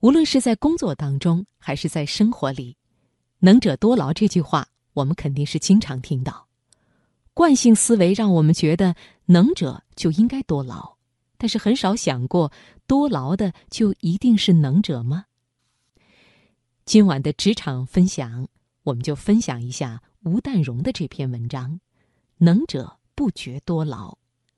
无论是在工作当中，还是在生活里，能者多劳这句话，我们肯定是经常听到。惯性思维让我们觉得能者就应该多劳，但是很少想过，多劳的就一定是能者吗？今晚的职场分享，我们就分享一下吴淡如的这篇文章，能者不觉多劳。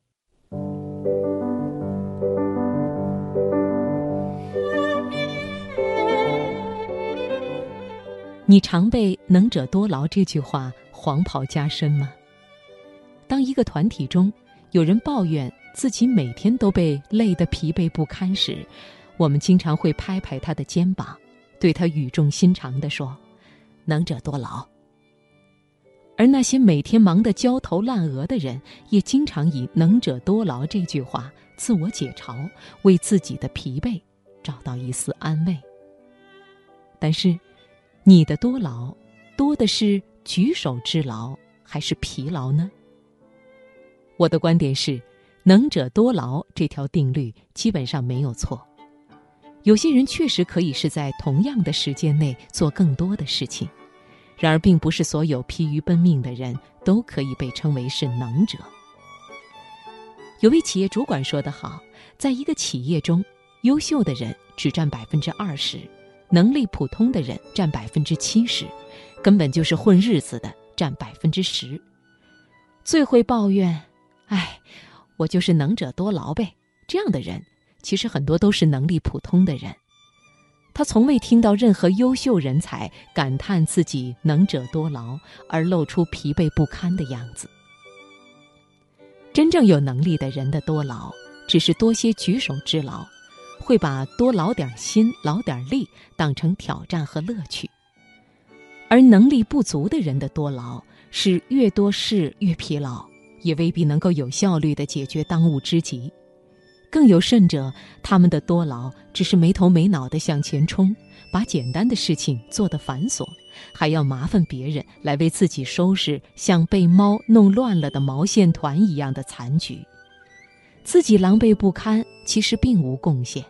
你常被能者多劳这句话黄袍加身吗？当一个团体中有人抱怨自己每天都被累得疲惫不堪时，我们经常会拍拍他的肩膀，对他语重心长地说，能者多劳。而那些每天忙得焦头烂额的人，也经常以能者多劳这句话自我解嘲，为自己的疲惫找到一丝安慰。但是你的多劳，多的是举手之劳，还是疲劳呢？我的观点是，能者多劳这条定律基本上没有错。有些人确实可以是在同样的时间内做更多的事情，然而并不是所有疲于奔命的人都可以被称为是能者。有位企业主管说得好，在一个企业中，优秀的人只占20%，能力普通的人占70%，根本就是混日子的占10%。最会抱怨，我就是能者多劳呗，这样的人其实很多都是能力普通的人。他从未听到任何优秀人才感叹自己能者多劳而露出疲惫不堪的样子。真正有能力的人的多劳，只是多些举手之劳，会把多劳点心、劳点力当成挑战和乐趣。而能力不足的人的多劳，是越多事越疲劳，也未必能够有效率地解决当务之急。更有甚者，他们的多劳只是没头没脑地向前冲，把简单的事情做得繁琐，还要麻烦别人来为自己收拾像被猫弄乱了的毛线团一样的残局。自己狼狈不堪，其实并无贡献。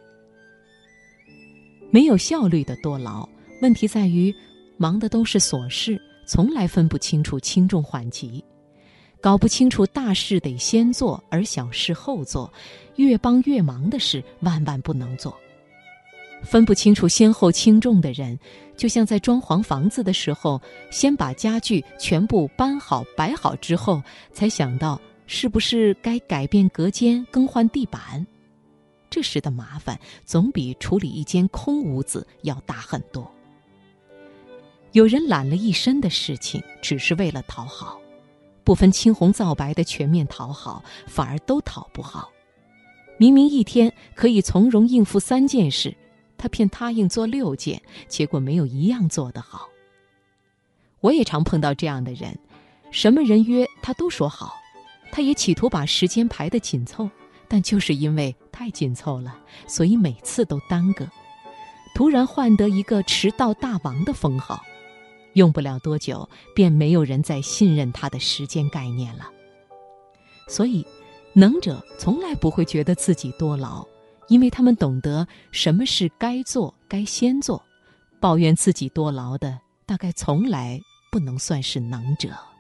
没有效率的多劳，问题在于忙的都是琐事，从来分不清楚轻重缓急，搞不清楚大事得先做而小事后做，越帮越忙的事万万不能做。分不清楚先后轻重的人，就像在装潢房子的时候，先把家具全部搬好摆好之后，才想到是不是该改变隔间更换地板。这时的麻烦总比处理一间空屋子要大很多。有人揽了一身的事情，只是为了讨好，不分青红皂白的全面讨好，反而都讨不好。明明一天可以从容应付3件事，他偏答应做6件，结果没有一样做得好。我也常碰到这样的人，什么人约他都说好，他也企图把时间排得紧凑，但就是因为太紧凑了，所以每次都耽搁，突然换得一个迟到大王的封号。用不了多久，便没有人再信任他的时间概念了。所以，能者从来不会觉得自己多劳，因为他们懂得什么事该做该先做。抱怨自己多劳的，大概从来不能算是能者。